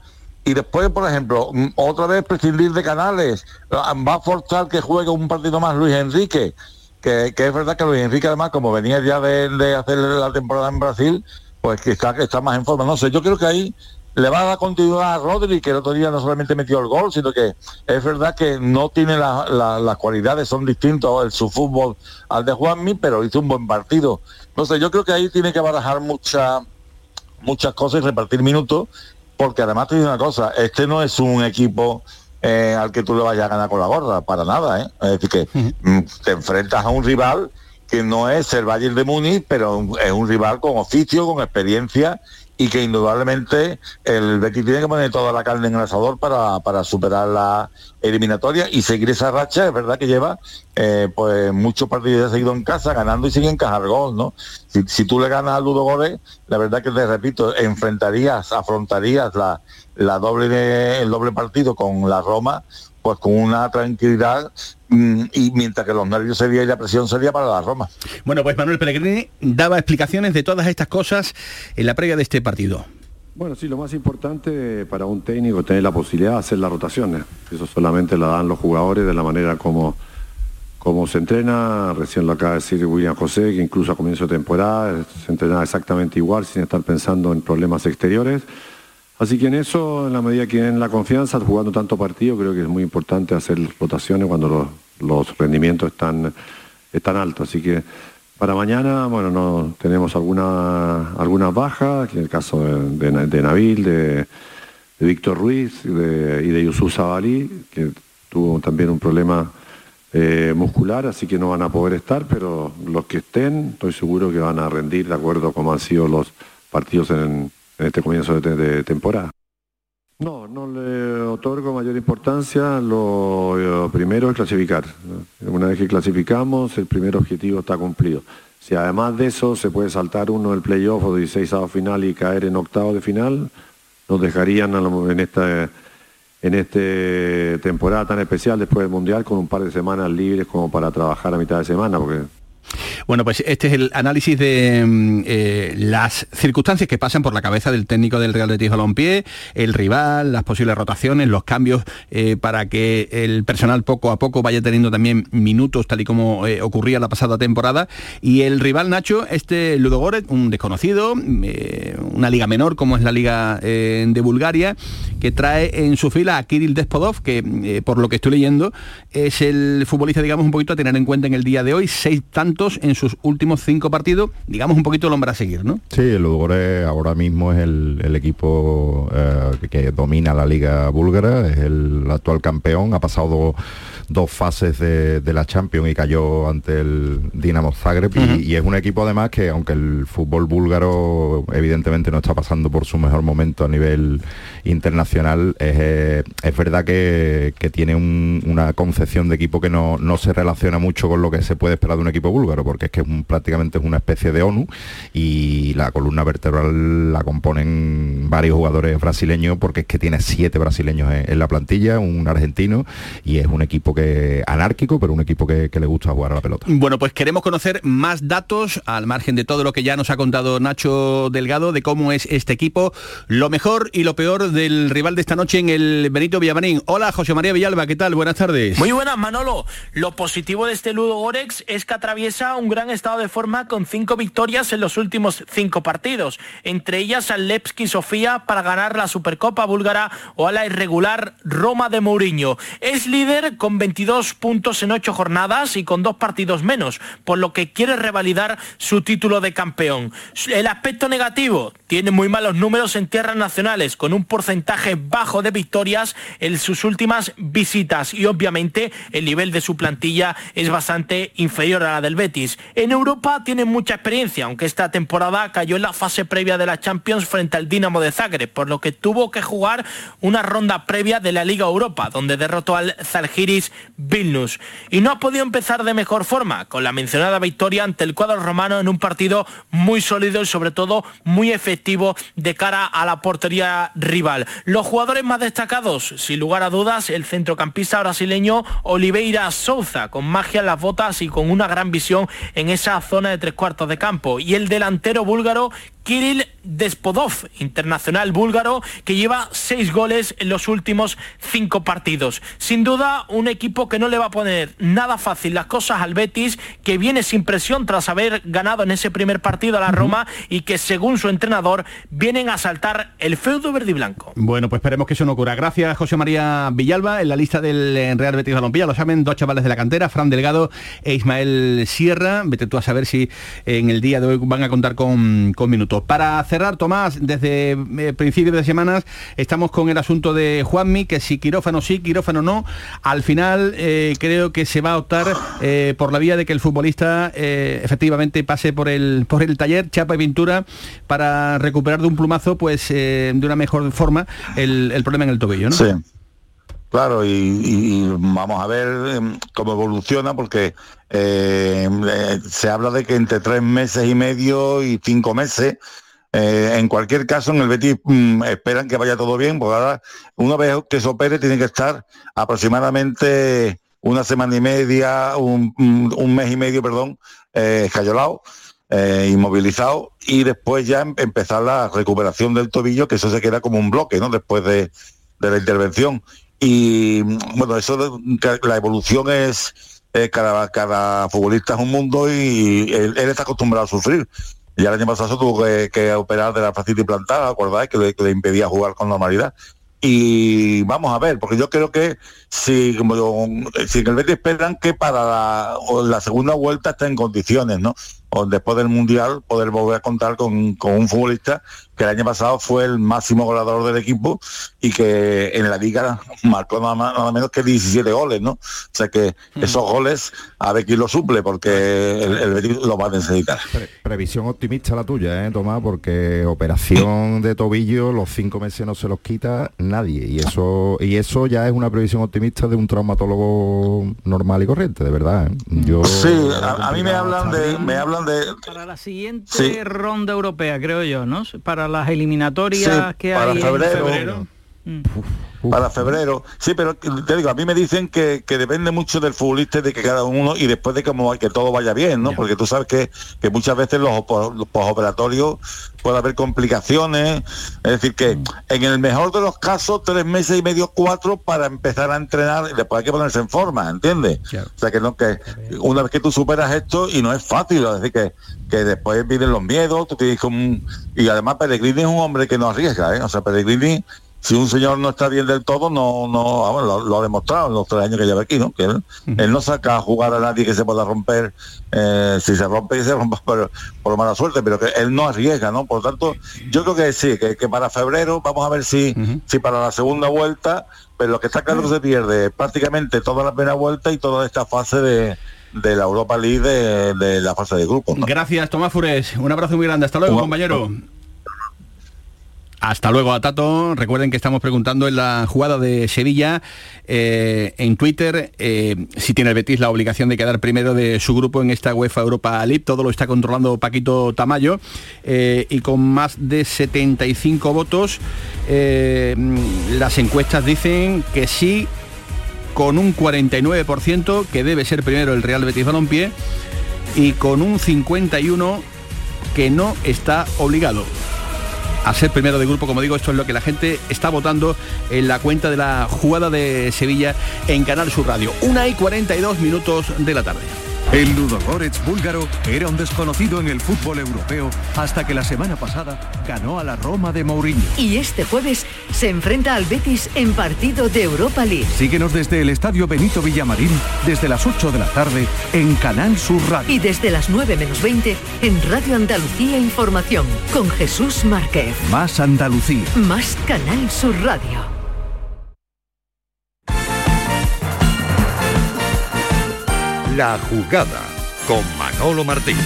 y después, por ejemplo, otra vez prescindir de Canales, va a forzar que juegue un partido más Luis Enrique, que es verdad que Luis Enrique además, como venía ya de hacer la temporada en Brasil, pues que está más en forma. No sé, yo creo que ahí le va a dar continuidad a Rodri, que el otro día no solamente metió el gol, sino que es verdad que no tiene las cualidades, son distintos su fútbol al de Juanmi, pero hizo un buen partido. No sé, yo creo que ahí tiene que barajar muchas cosas y repartir minutos, porque además te digo una cosa, este no es un equipo al que tú le vayas a ganar con la gorra, para nada, ¿eh? Es decir, que te enfrentas a un rival que no es el Bayern de Múnich, pero es un rival con oficio, con experiencia, y que indudablemente el Betis tiene que poner toda la carne en el asador para superar la eliminatoria y seguir esa racha. Es verdad que lleva pues muchos partidos seguidos en casa, ganando y sin encajar gol, ¿no? Si tú le ganas a Ludogorets, la verdad que te repito, afrontarías el doble partido con la Roma, pues con una tranquilidad, y mientras que los nervios serían y la presión sería para la Roma. Bueno, pues Manuel Pellegrini daba explicaciones de todas estas cosas en la previa de este partido. Bueno, sí, lo más importante para un técnico es tener la posibilidad de hacer las rotaciones. Eso solamente la dan los jugadores de la manera como se entrena. Recién lo acaba de decir William José, que incluso a comienzo de temporada se entrenaba exactamente igual, sin estar pensando en problemas exteriores. Así que en eso, en la medida que tienen la confianza, jugando tanto partido, creo que es muy importante hacer rotaciones cuando los rendimientos están altos. Así que para mañana, bueno, no tenemos algunas bajas, que en el caso de Nabil, de Víctor Ruiz y de Yusuf Zabalí, que tuvo también un problema muscular, así que no van a poder estar, pero los que estén, estoy seguro que van a rendir de acuerdo a cómo han sido los partidos en este comienzo de temporada. No le otorgo mayor importancia. Lo primero es clasificar, ¿no? Una vez que clasificamos, el primer objetivo está cumplido. Si además de eso se puede saltar uno del playoff o 16avo final y caer en octavo de final, nos dejarían en esta temporada tan especial después del Mundial con un par de semanas libres como para trabajar a mitad de semana, porque... Bueno, pues este es el análisis de las circunstancias que pasan por la cabeza del técnico del Real Betis Balompié, el rival, las posibles rotaciones, los cambios para que el personal poco a poco vaya teniendo también minutos, tal y como ocurría la pasada temporada. Y el rival, Nacho, Ludogorets, un desconocido, una liga menor como es la liga de Bulgaria, que trae en su fila a Kirill Despodov, que por lo que estoy leyendo es el futbolista, digamos, un poquito a tener en cuenta en el día de hoy, 6 tantos en sus últimos 5 partidos, digamos un poquito el hombre a seguir, ¿no? Sí, el Ludogorets ahora mismo es el equipo que domina la liga búlgara, es el actual campeón, ha pasado dos fases de la Champions y cayó ante el Dinamo Zagreb. Y es un equipo además que, aunque el fútbol búlgaro evidentemente no está pasando por su mejor momento a nivel internacional, es verdad que tiene una concepción de equipo que no se relaciona mucho con lo que se puede esperar de un equipo búlgaro, porque es que prácticamente es una especie de ONU, y la columna vertebral la componen varios jugadores brasileños, porque es que tiene 7 brasileños en la plantilla, un argentino, y es un equipo anárquico, pero un equipo que le gusta jugar a la pelota. Bueno, pues queremos conocer más datos, al margen de todo lo que ya nos ha contado Nacho Delgado, de cómo es este equipo, lo mejor y lo peor del rival de esta noche en el Benito Villamarín. Hola, José María Villalba, ¿qué tal? Buenas tardes. Muy buenas, Manolo. Lo positivo de este Ludogorets es que atraviesa un gran estado de forma con 5 victorias en los últimos 5 partidos, entre ellas al Levski Sofía para ganar la Supercopa búlgara o a la irregular Roma de Mourinho. Es líder con 22 puntos en 8 jornadas y con 2 partidos menos, por lo que quiere revalidar su título de campeón. El aspecto negativo, tiene muy malos números en tierras nacionales, con un porcentaje bajo de victorias en sus últimas visitas, y obviamente el nivel de su plantilla es bastante inferior a la del Betis. En Europa tiene mucha experiencia, aunque esta temporada cayó en la fase previa de la Champions frente al Dinamo de Zagreb, por lo que tuvo que jugar una ronda previa de la Liga Europa, donde derrotó al Zalgiris Vilnius, y no ha podido empezar de mejor forma, con la mencionada victoria ante el cuadro romano en un partido muy sólido y sobre todo muy efectivo de cara a la portería rival. Los jugadores más destacados, sin lugar a dudas, el centrocampista brasileño Oliveira Souza, con magia en las botas y con una gran visión en esa zona de 3/4 de campo, y el delantero búlgaro Kirill Despodov, internacional búlgaro, que lleva 6 goles en los últimos 5 partidos. Sin duda, un equipo que no le va a poner nada fácil las cosas al Betis, que viene sin presión tras haber ganado en ese primer partido a la Roma y que, según su entrenador, vienen a saltar el feudo verde y blanco. Bueno, pues esperemos que eso no ocurra. Gracias, José María Villalba. En la lista del Real Betis Balompié, lo saben, 2 chavales de la cantera, Fran Delgado e Ismael Sierra. Vete tú a saber si en el día de hoy van a contar con minutos. Para cerrar, Tomás, desde principios de semanas estamos con el asunto de Juanmi, que si quirófano sí, quirófano no. Al final creo que se va a optar por la vía de que el futbolista efectivamente pase por el taller, chapa y pintura, para recuperar de un plumazo, pues de una mejor forma el problema en el tobillo, ¿no? Sí. Claro, y vamos a ver cómo evoluciona, porque se habla de que entre 3 meses y medio y 5 meses. En cualquier caso, en el Betis esperan que vaya todo bien, porque ahora, una vez que se opere, tiene que estar aproximadamente una semana y media, un mes y medio, escayolado, inmovilizado, y después ya empezar la recuperación del tobillo, que eso se queda como un bloque, ¿no?, después de la intervención. Y bueno, eso, la evolución es cada futbolista es un mundo, y él está acostumbrado a sufrir. Ya el año pasado tuvo que operar de la fascitis plantar, ¿acordáis? Que le impedía jugar con normalidad. Y vamos a ver, porque yo creo que si en el Betis esperan que para la segunda vuelta esté en condiciones, ¿no?, o después del Mundial poder volver a contar con un futbolista que el año pasado fue el máximo goleador del equipo y que en la liga marcó nada menos que 17 goles, ¿no? O sea que esos goles a ver quién lo suple, porque el Betis lo va a necesitar. Previsión optimista la tuya, Tomás, porque operación de tobillo, los 5 meses no se los quita nadie, y eso ya es una previsión optimista de un traumatólogo normal y corriente, de verdad. Sí, a mí me hablan de para la siguiente ronda europea, creo yo, ¿no? Para las eliminatorias que para hay febrero. Para febrero, sí, pero te digo, a mí me dicen que depende mucho del futbolista, de que cada uno, y después de que todo vaya bien, ¿no? Porque tú sabes que muchas veces los posoperatorios puede haber complicaciones, es decir, que en el mejor de los casos 3 meses y medio, 4 para empezar a entrenar, y después hay que ponerse en forma, ¿entiendes? Claro. O sea, que una vez que tú superas esto, y no es fácil, es decir, que después vienen los miedos, tú tienes y además Pellegrini es un hombre que no arriesga, O sea, Pellegrini, si un señor no está bien del todo, lo ha demostrado en los 3 años que lleva aquí, ¿no? Que él no saca a jugar a nadie que se pueda romper, si se rompe por mala suerte, pero que él no arriesga, ¿no? Por lo tanto, yo creo que sí, que para febrero vamos a ver si para la segunda vuelta, pero lo que está claro que se pierde prácticamente toda la primera vuelta y toda esta fase de la Europa League, de la fase de grupos, ¿no? Gracias, Tomás Fures. Un abrazo muy grande. Hasta luego, compañero. Hasta luego, a Tato. Recuerden que estamos preguntando en la jugada de Sevilla en Twitter si tiene el Betis la obligación de quedar primero de su grupo en esta UEFA Europa League. Todo lo está controlando Paquito Tamayo, y con más de 75 votos las encuestas dicen que sí, con un 49% que debe ser primero el Real Betis Balompié, y con un 51% que no está obligado a ser primero de grupo. Como digo, esto es lo que la gente está votando en la cuenta de la jugada de Sevilla en Canal Sur Radio. 1:42 de la tarde. El Ludogorets búlgaro era un desconocido en el fútbol europeo hasta que la semana pasada ganó a la Roma de Mourinho. Y este jueves se enfrenta al Betis en partido de Europa League. Síguenos desde el Estadio Benito Villamarín desde las 8 de la tarde en Canal Sur Radio. Y desde las 9 menos 20 en Radio Andalucía Información con Jesús Márquez. Más Andalucía. Más Canal Sur Radio. La jugada con Manolo Martín.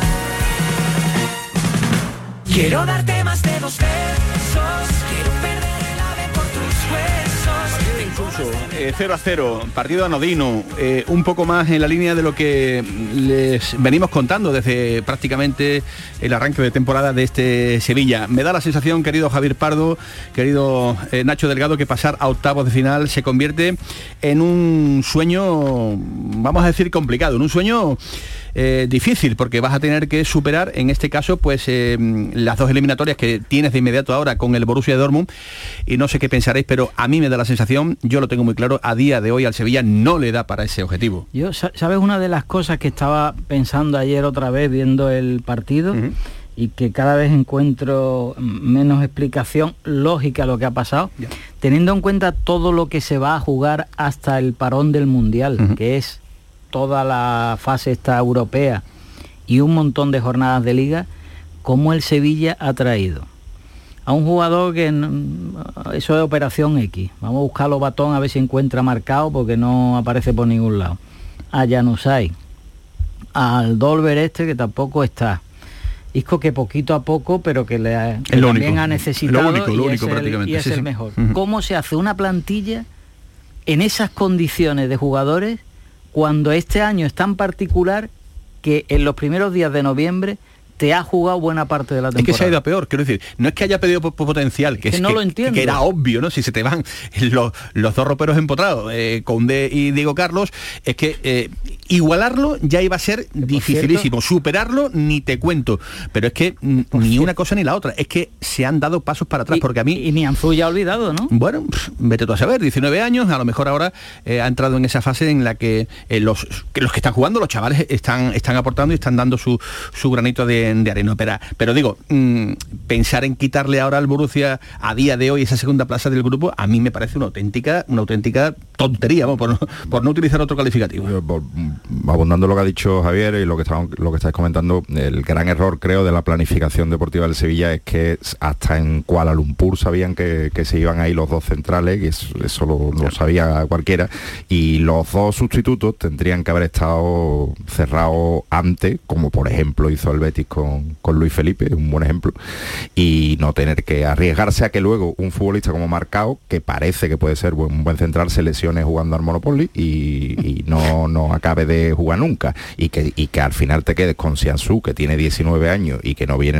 Quiero darte más de 2 besos, quiero perder el ave por tus huesos. 0-0, partido anodino, un poco más en la línea de lo que les venimos contando desde prácticamente el arranque de temporada de este Sevilla. Me da la sensación, querido Javier Pardo, querido Nacho Delgado, que pasar a octavos de final se convierte en un sueño, vamos a decir, complicado, en un sueño difícil, porque vas a tener que superar, en este caso, pues las dos eliminatorias que tienes de inmediato ahora con el Borussia Dortmund, y no sé qué pensaréis, pero a mí me da la sensación, yo lo tengo muy claro, a día de hoy al Sevilla no le da para ese objetivo. Yo, ¿sabes una de las cosas que estaba pensando ayer otra vez viendo el partido? Y que cada vez encuentro menos explicación lógica a lo que ha pasado, teniendo en cuenta todo lo que se va a jugar hasta el parón del Mundial, que es toda la fase esta europea y un montón de jornadas de liga, cómo el Sevilla ha traído a un jugador que eso es operación X, vamos a buscarlo batón a ver si encuentra marcado porque no aparece por ningún lado, a Januzaj, al Dolber que tampoco está, Isco que poquito a poco, pero que también ha necesitado, lo único prácticamente. Y es el mejor. ¿Cómo se hace una plantilla en esas condiciones de jugadores cuando este año es tan particular que en los primeros días de noviembre te ha jugado buena parte de la temporada? Es que se ha ido a peor, quiero decir, no es que haya pedido potencial, que no lo entiendo. Que era obvio, ¿no? Si se te van los dos roperos empotrados, Koundé y Diego Carlos, es que igualarlo ya iba a ser dificilísimo, superarlo ni te cuento, pero es que ni una cosa ni la otra, es que se han dado pasos para atrás, porque a mí... Y Nianzú ya ha olvidado, ¿no? Bueno, vete tú a saber, 19 años, a lo mejor ahora ha entrado en esa fase en la que los que están jugando, los chavales están aportando y están dando su granito de arena, pero digo, pensar en quitarle ahora al Borussia a día de hoy esa segunda plaza del grupo, a mí me parece una auténtica tontería, por no utilizar otro calificativo. Abundando lo que ha dicho Javier y lo que estáis comentando, el gran error, creo, de la planificación deportiva del Sevilla es que hasta en Kuala Lumpur sabían que se iban ahí los dos centrales, y eso lo sabía cualquiera, y los dos sustitutos tendrían que haber estado cerrados antes, como por ejemplo hizo el Betis con Luis Felipe, un buen ejemplo, y no tener que arriesgarse a que luego un futbolista como Marcao, que parece que puede ser un buen central, se lesione jugando al Monopoly y no acabe de jugar nunca, y que al final te quedes con Siansu, que tiene 19 años y que no viene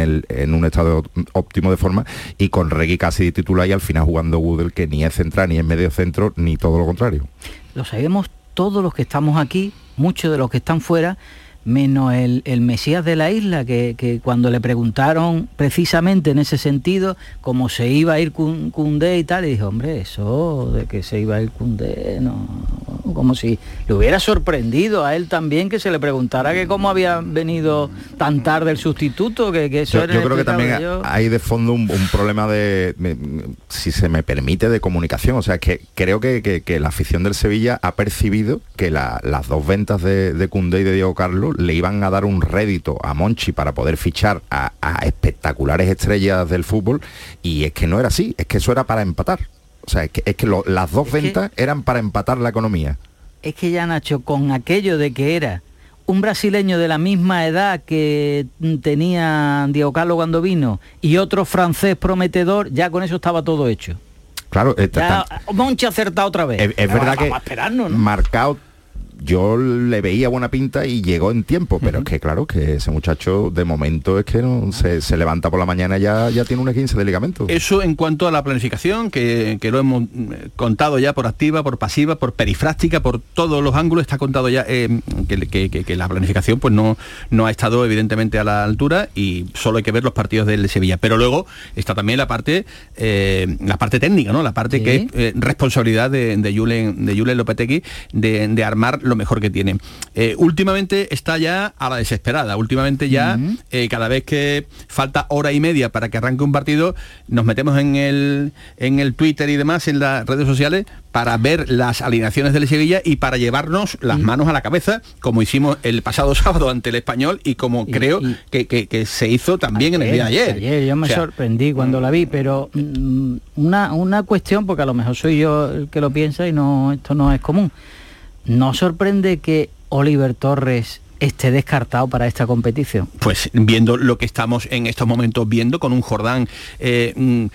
en un estado óptimo de forma, y con Regui casi de titular y al final jugando Gudel, que ni es central ni es medio centro ni todo lo contrario. Lo sabemos todos los que estamos aquí, muchos de los que están fuera, menos el Mesías de la isla, que cuando le preguntaron precisamente en ese sentido cómo se iba a ir Koundé y tal, y dijo, hombre, eso de que se iba a ir Koundé, no, como si le hubiera sorprendido a él también que se le preguntara que cómo había venido tan tarde el sustituto, que eso era... Yo creo que también hay de fondo un problema si se me permite, de comunicación, o sea, que creo que la afición del Sevilla ha percibido que las dos ventas de Koundé y de Diego Carlos le iban a dar un rédito a Monchi para poder fichar a espectaculares estrellas del fútbol, y es que no era así, es que eso era para empatar. O sea, es que las dos ventas eran para empatar la economía. Es que ya, Nacho, con aquello de que era un brasileño de la misma edad que tenía Diego Carlos cuando vino y otro francés prometedor, ya con eso estaba todo hecho. Claro, Monchi ha acertado otra vez. Es verdad que ¿no? Marcao, yo le veía buena pinta y llegó en tiempo, pero es que claro, que ese muchacho de momento es que no se levanta por la mañana y ya tiene un 15 de ligamento. Eso en cuanto a la planificación, que lo hemos contado ya por activa, por pasiva, por perifrástica, por todos los ángulos, está contado ya que la planificación pues no ha estado evidentemente a la altura, y solo hay que ver los partidos del Sevilla. Pero luego está también la parte técnica, ¿no? La parte que es responsabilidad de Julen Lopetegui de armar lo mejor que tiene. Últimamente está ya a la desesperada. Últimamente ya, cada vez que falta hora y media para que arranque un partido, nos metemos en el Twitter y demás, en las redes sociales, para ver las alineaciones del Sevilla y para llevarnos las manos a la cabeza, como hicimos el pasado sábado ante el Español y como creo que se hizo también en el día de ayer. Yo me sorprendí cuando la vi, pero una cuestión, porque a lo mejor soy yo el que lo piensa y esto no es común. ¿No sorprende que Oliver Torres esté descartado para esta competición? Pues viendo lo que estamos en estos momentos viendo, con un Jordán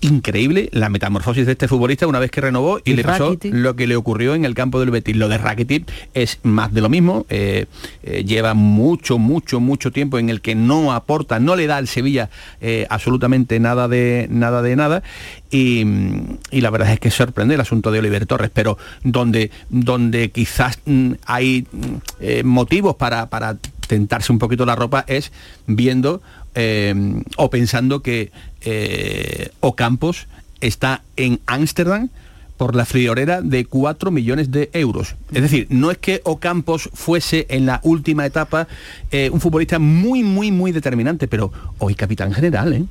increíble la metamorfosis de este futbolista una vez que renovó y le pasó lo que le ocurrió en el campo del Betis. Lo de Rakitic es más de lo mismo, lleva mucho tiempo en el que no aporta, no le da al Sevilla absolutamente nada de nada y la verdad es que sorprende el asunto de Oliver Torres, pero donde quizás hay motivos para tentarse un poquito la ropa es viendo o pensando que Ocampos está en Ámsterdam por la friolera de 4 millones de euros. Es decir, no es que Ocampos fuese en la última etapa un futbolista muy determinante, pero hoy capitán general,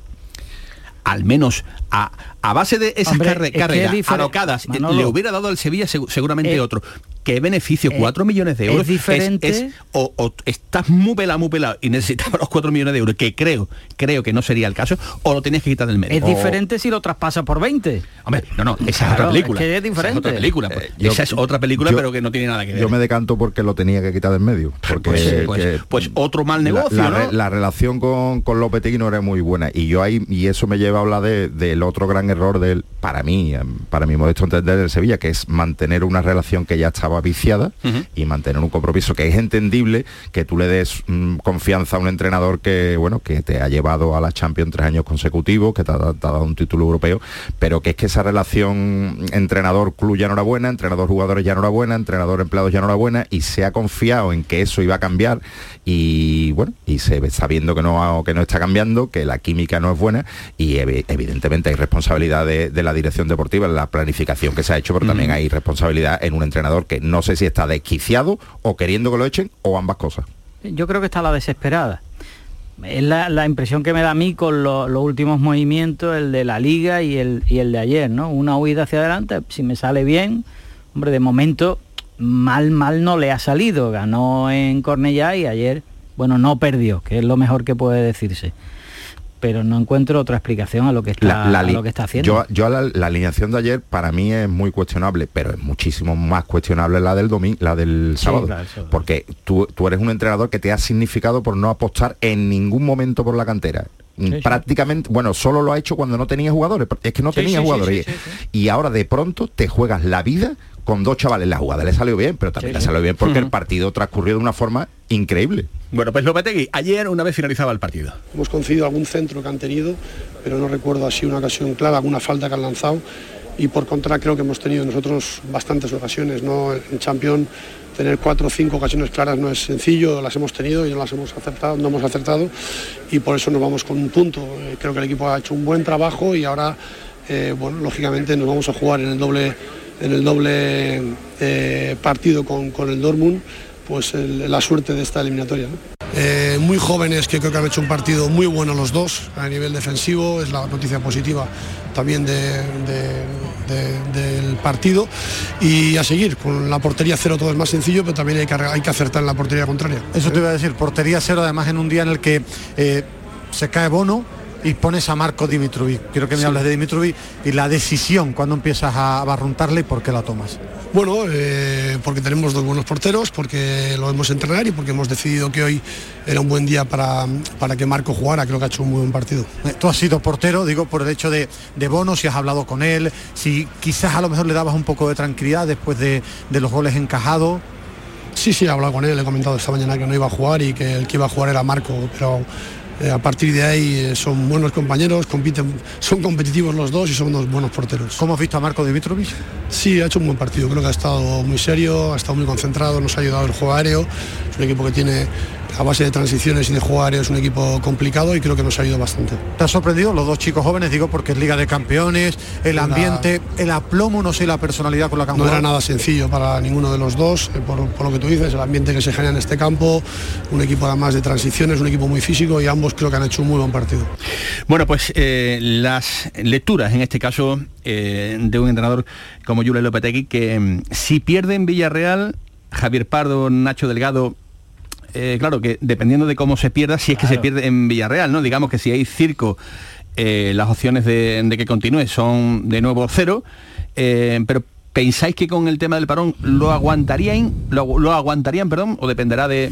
al menos a base de esas carreras alocadas, le hubiera dado al Sevilla seguramente otro. ¿Qué beneficio? 4 millones de euros. Es diferente. O estás muy pelado y necesitabas los 4 millones de euros, que creo que no sería el caso, o lo tenías que quitar del medio. Es diferente si lo traspasas por 20. Hombre, no, esa es otra película. Es que es diferente. Esa es otra película. Esa es otra película, pero que no tiene nada que ver. Yo me decanto porque lo tenía que quitar del medio. Porque pues otro mal negocio, ¿no? La relación con Lopetegui no era muy buena. Y eso me lleva a hablar del otro gran error para mi modesto entender del Sevilla, que es mantener una relación que ya estaba viciada y mantener un compromiso que es entendible que tú le des confianza a un entrenador que te ha llevado a la Champions 3 años consecutivos, que te ha dado un título europeo, pero que es que esa relación entrenador-club ya no era buena, entrenador-jugadores ya no era buena, entrenador-empleados ya no era buena, y se ha confiado en que eso iba a cambiar y se está viendo que no está cambiando, que la química no es buena y evidentemente hay responsabilidad de la dirección deportiva en la planificación que se ha hecho, pero también hay responsabilidad en un entrenador que no sé si está desquiciado o queriendo que lo echen o ambas cosas. Yo creo que está la desesperada. Es la impresión que me da a mí con los últimos movimientos, el de la Liga y el de ayer, ¿no? Una huida hacia adelante, si me sale bien, hombre, de momento mal no le ha salido. Ganó en Cornellá y ayer, no perdió, que es lo mejor que puede decirse. Pero no encuentro otra explicación a lo que está haciendo. Yo la alineación de ayer para mí es muy cuestionable, pero es muchísimo más cuestionable la del sábado. Claro, porque tú eres un entrenador que te ha significado por no apostar en ningún momento por la cantera. Prácticamente, solo lo ha hecho cuando no tenía jugadores. Es que no tenía jugadores. Y ahora de pronto te juegas la vida con 2 chavales. La jugada le salió bien, pero también le salió bien porque el partido transcurrió de una forma increíble. Bueno, pues Lopetegui, ayer una vez finalizaba el partido. Hemos concedido algún centro que han tenido, pero no recuerdo así una ocasión clara, alguna falta que han lanzado, y por contra creo que hemos tenido nosotros bastantes ocasiones, ¿no? En Champions tener 4 o 5 ocasiones claras no es sencillo, las hemos tenido y no hemos acertado, y por eso nos vamos con un punto. Creo que el equipo ha hecho un buen trabajo y ahora, lógicamente nos vamos a jugar en el doble partido con el Dortmund, pues la suerte de esta eliminatoria, ¿no? Muy jóvenes, que creo que han hecho un partido muy bueno los dos a nivel defensivo, es la noticia positiva también del partido, y a seguir con la portería cero. Todo es más sencillo, pero también hay que acertar en la portería contraria. Eso te iba a decir, portería cero, además en un día en el que se cae Bono y pones a Marco Dimitrovic. Quiero que me hables de Dimitrovic y la decisión cuando empiezas a barruntarle y por qué la tomas. Bueno, porque tenemos 2 buenos porteros, porque lo hemos entrenado y porque hemos decidido que hoy era un buen día para que Marco jugara. Creo que ha hecho un muy buen partido. Tú has sido portero, digo, por el hecho de Bono, si has hablado con él, si quizás a lo mejor le dabas un poco de tranquilidad después de los goles encajados. Sí, he hablado con él, he comentado esta mañana que no iba a jugar y que el que iba a jugar era Marco, pero a partir de ahí son buenos compañeros, son competitivos los dos y son unos buenos porteros. ¿Cómo has visto a Marco Dimitrovic? Sí, ha hecho un buen partido, creo que ha estado muy serio, ha estado muy concentrado, nos ha ayudado el juego aéreo. Es un equipo que tiene, a base de transiciones y de juego aéreo, es un equipo complicado y creo que nos ha ayudado bastante. ¿Te ha sorprendido los 2 chicos jóvenes? Digo, porque es Liga de Campeones, el ambiente, el aplomo, no sé, la personalidad con la que han jugado. No era nada sencillo para ninguno de los dos, por lo que tú dices, el ambiente que se genera en este campo, un equipo además de transiciones, un equipo muy físico, y ambos creo que han hecho un muy buen partido. Bueno, pues las lecturas, en este caso, de un entrenador como Julen Lopetegui, que si pierde en Villarreal, Javier Pardo, Nacho Delgado, claro que dependiendo de cómo se pierda, si es que se pierde en Villarreal, ¿no? Digamos que si hay circo, las opciones de que continúe son de nuevo 0, pero ¿pensáis que con el tema del parón lo aguantarían, o dependerá de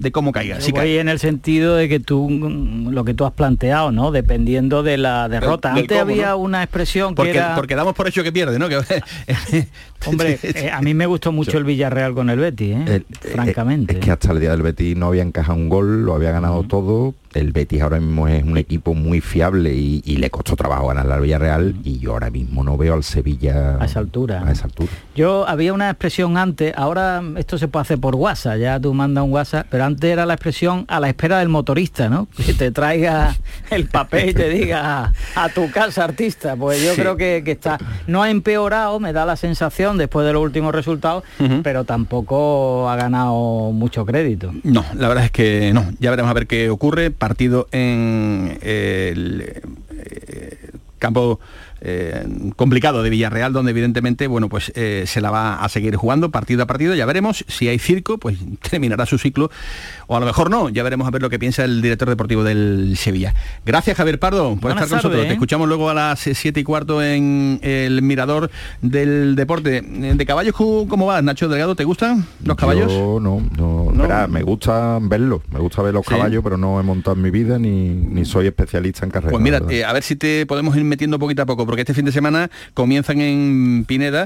de cómo caiga. Yo voy en el sentido de que lo que tú has planteado, ¿no? Dependiendo de la derrota. Antes cómo, había, ¿no?, una expresión que era... Porque damos por hecho que pierde, ¿no? Hombre, a mí me gustó mucho el Villarreal con el Betis, francamente. Es que hasta el día del Betis no había encajado un gol, lo había ganado todo. El Betis ahora mismo es un equipo muy fiable y le costó trabajo ganarle al Villarreal, y yo ahora mismo no veo al Sevilla a esa altura. Yo había una expresión antes, ahora esto se puede hacer por WhatsApp, ya tú mandas un WhatsApp, pero antes era la expresión a la espera del motorista, ¿no? Que te traiga el papel y te diga a tu casa, artista. Pues yo creo que está, no ha empeorado, me da la sensación después de los últimos resultados, pero tampoco ha ganado mucho crédito. No, la verdad es que no, ya veremos a ver qué ocurre. Partido en el campo complicado de Villarreal, donde evidentemente, bueno, pues se la va a seguir jugando partido a partido. Ya veremos si hay circo, pues terminará su ciclo, o a lo mejor no. Ya veremos a ver lo que piensa el director deportivo del Sevilla. Gracias, Javier Pardo, por estar con nosotros. Te escuchamos luego a las 7:15 en el Mirador del Deporte. De caballos, ¿cómo vas, Nacho Delgado? ¿Te gustan los caballos? Yo no. Verá, me gusta verlos, me gusta ver los caballos, pero no he montado en mi vida ni soy especialista en carreras. Pues mira, a ver si te podemos ir metiendo poquito a poco, porque este fin de semana comienzan en Pineda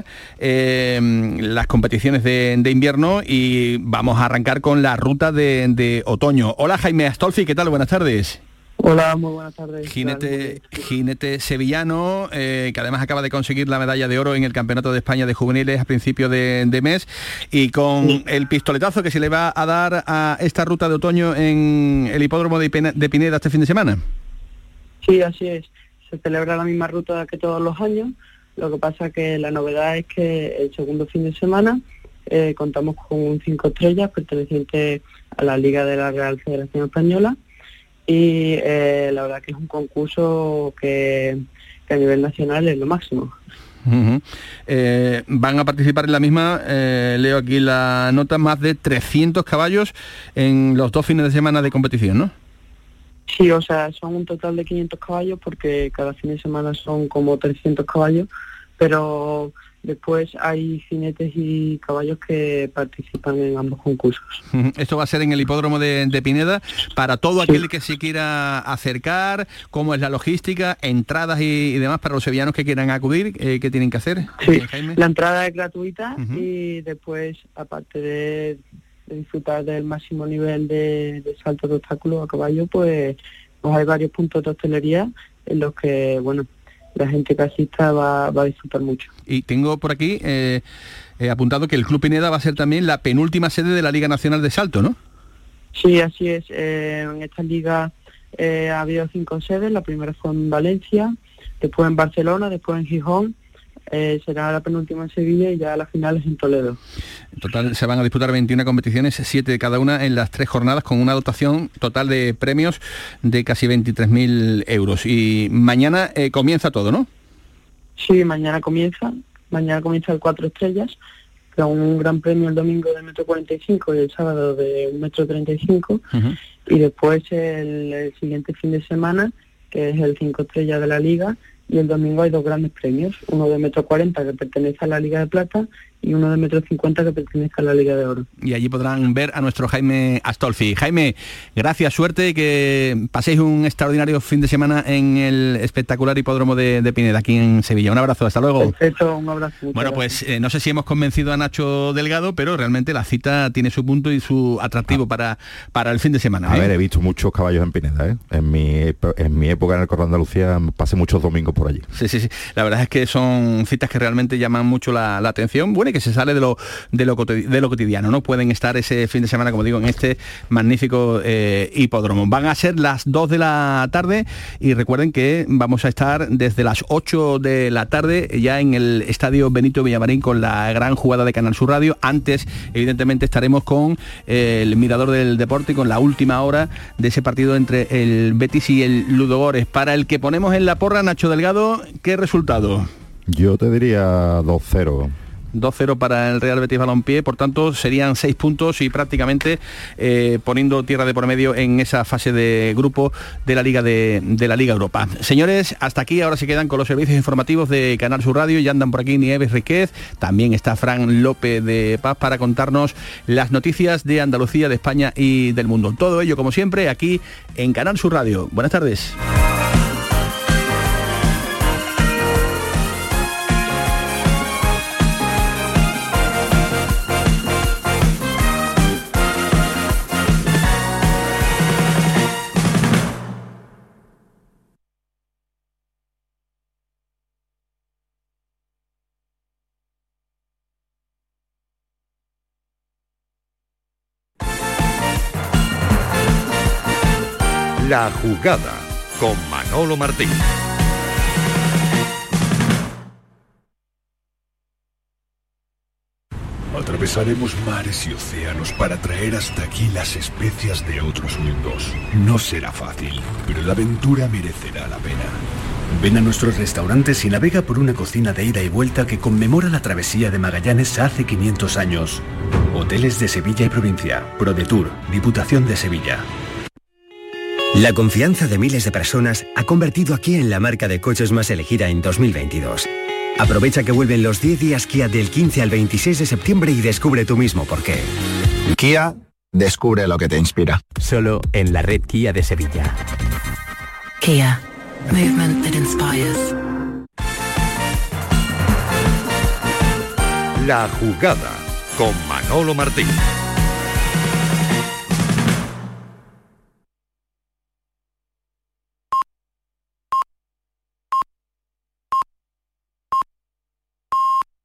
las competiciones de invierno, y vamos a arrancar con la ruta de otoño. Hola, Jaime Astolfi, ¿qué tal? Buenas tardes. Hola, muy buenas tardes. Jinete sevillano, que además acaba de conseguir la medalla de oro en el Campeonato de España de Juveniles a principio de mes, y con el pistoletazo que se le va a dar a esta ruta de otoño en el hipódromo de Pineda este fin de semana. Sí, así es. Se celebra la misma ruta que todos los años. Lo que pasa que la novedad es que el segundo fin de semana contamos con un 5 estrellas perteneciente a la Liga de la Real Federación Española, y la verdad que es un concurso que a nivel nacional es lo máximo. Van a participar en la misma, leo aquí la nota, más de 300 caballos en los 2 fines de semana de competición, ¿no? Sí, o sea, son un total de 500 caballos, porque cada fin de semana son como 300 caballos, pero después hay jinetes y caballos que participan en ambos concursos. Esto va a ser en el hipódromo de Pineda, para todo aquel que se quiera acercar. ¿Cómo es la logística, entradas y demás para los sevillanos que quieran acudir? ¿Qué tienen que hacer? Sí, la entrada es gratuita, y después, aparte de disfrutar del máximo nivel de salto de obstáculos a caballo, pues hay varios puntos de hostelería en los que, bueno, la gente que asista va a disfrutar mucho. Y tengo por aquí apuntado que el Club Pineda va a ser también la penúltima sede de la Liga Nacional de Salto, ¿no? Sí, así es. En esta liga ha habido 5 sedes. La primera fue en Valencia, después en Barcelona, después en Gijón. Será la penúltima en Sevilla, y ya la final es en Toledo. En total se van a disputar 21 competiciones, 7 de cada una en las 3 jornadas, con una dotación total de premios de casi 23.000 euros. Y mañana comienza todo, ¿no? Sí, mañana comienza el 4 estrellas, con un gran premio el domingo de 1,45 m y el sábado de 1,35 m. Y después el siguiente fin de semana, que es el 5 estrellas de la Liga, y el domingo hay 2 grandes premios, uno de 1,40 m que pertenece a la Liga de Plata y uno de 1,50 m que pertenece a la Liga de Oro. Y allí podrán ver a nuestro Jaime Astolfi. Jaime, gracias, suerte, que paséis un extraordinario fin de semana en el espectacular hipódromo de Pineda, aquí en Sevilla. Un abrazo, hasta luego. Perfecto, un abrazo. Bueno, pues no sé si hemos convencido a Nacho Delgado, pero realmente la cita tiene su punto y su atractivo para el fin de semana. A ver, he visto muchos caballos en Pineda, En mi época en el Corro de Andalucía pasé muchos domingos por allí. Sí. La verdad es que son citas que realmente llaman mucho la atención. Bueno, y que se sale de lo cotidiano, ¿no? Pueden estar ese fin de semana, como digo, en este magnífico hipódromo. Van a ser las 2 de la tarde, y recuerden que vamos a estar desde las 8 de la tarde ya en el Estadio Benito Villamarín con la gran jugada de Canal Sur Radio. Antes, evidentemente, estaremos con el Mirador del Deporte, con la última hora de ese partido entre el Betis y el Ludogorets. Para el que ponemos en la porra, Nacho Delgado, ¿qué resultado? Yo te diría 2-0. 2-0 para el Real Betis Balompié, por tanto serían 6 puntos y prácticamente poniendo tierra de por medio en esa fase de grupo de la Liga de la Liga Europa. Señores, hasta aquí, ahora se quedan con los servicios informativos de Canal Sur Radio. Ya andan por aquí Nieves Riquez, también está Fran López de Paz para contarnos las noticias de Andalucía, de España y del mundo. Todo ello, como siempre, aquí en Canal Sur Radio. Buenas tardes. La Jugada con Manolo Martín. Atravesaremos mares y océanos para traer hasta aquí las especias de otros mundos. No será fácil, pero la aventura merecerá la pena. Ven a nuestros restaurantes y navega por una cocina de ida y vuelta que conmemora la travesía de Magallanes hace 500 años. Hoteles de Sevilla y provincia. ProDetour, Diputación de Sevilla. La confianza de miles de personas ha convertido a Kia en la marca de coches más elegida en 2022. Aprovecha que vuelven los 10 días Kia del 15 al 26 de septiembre y descubre tú mismo por qué. Kia, descubre lo que te inspira. Solo en la red Kia de Sevilla. Kia, movement that inspires. La Jugada con Manolo Martín.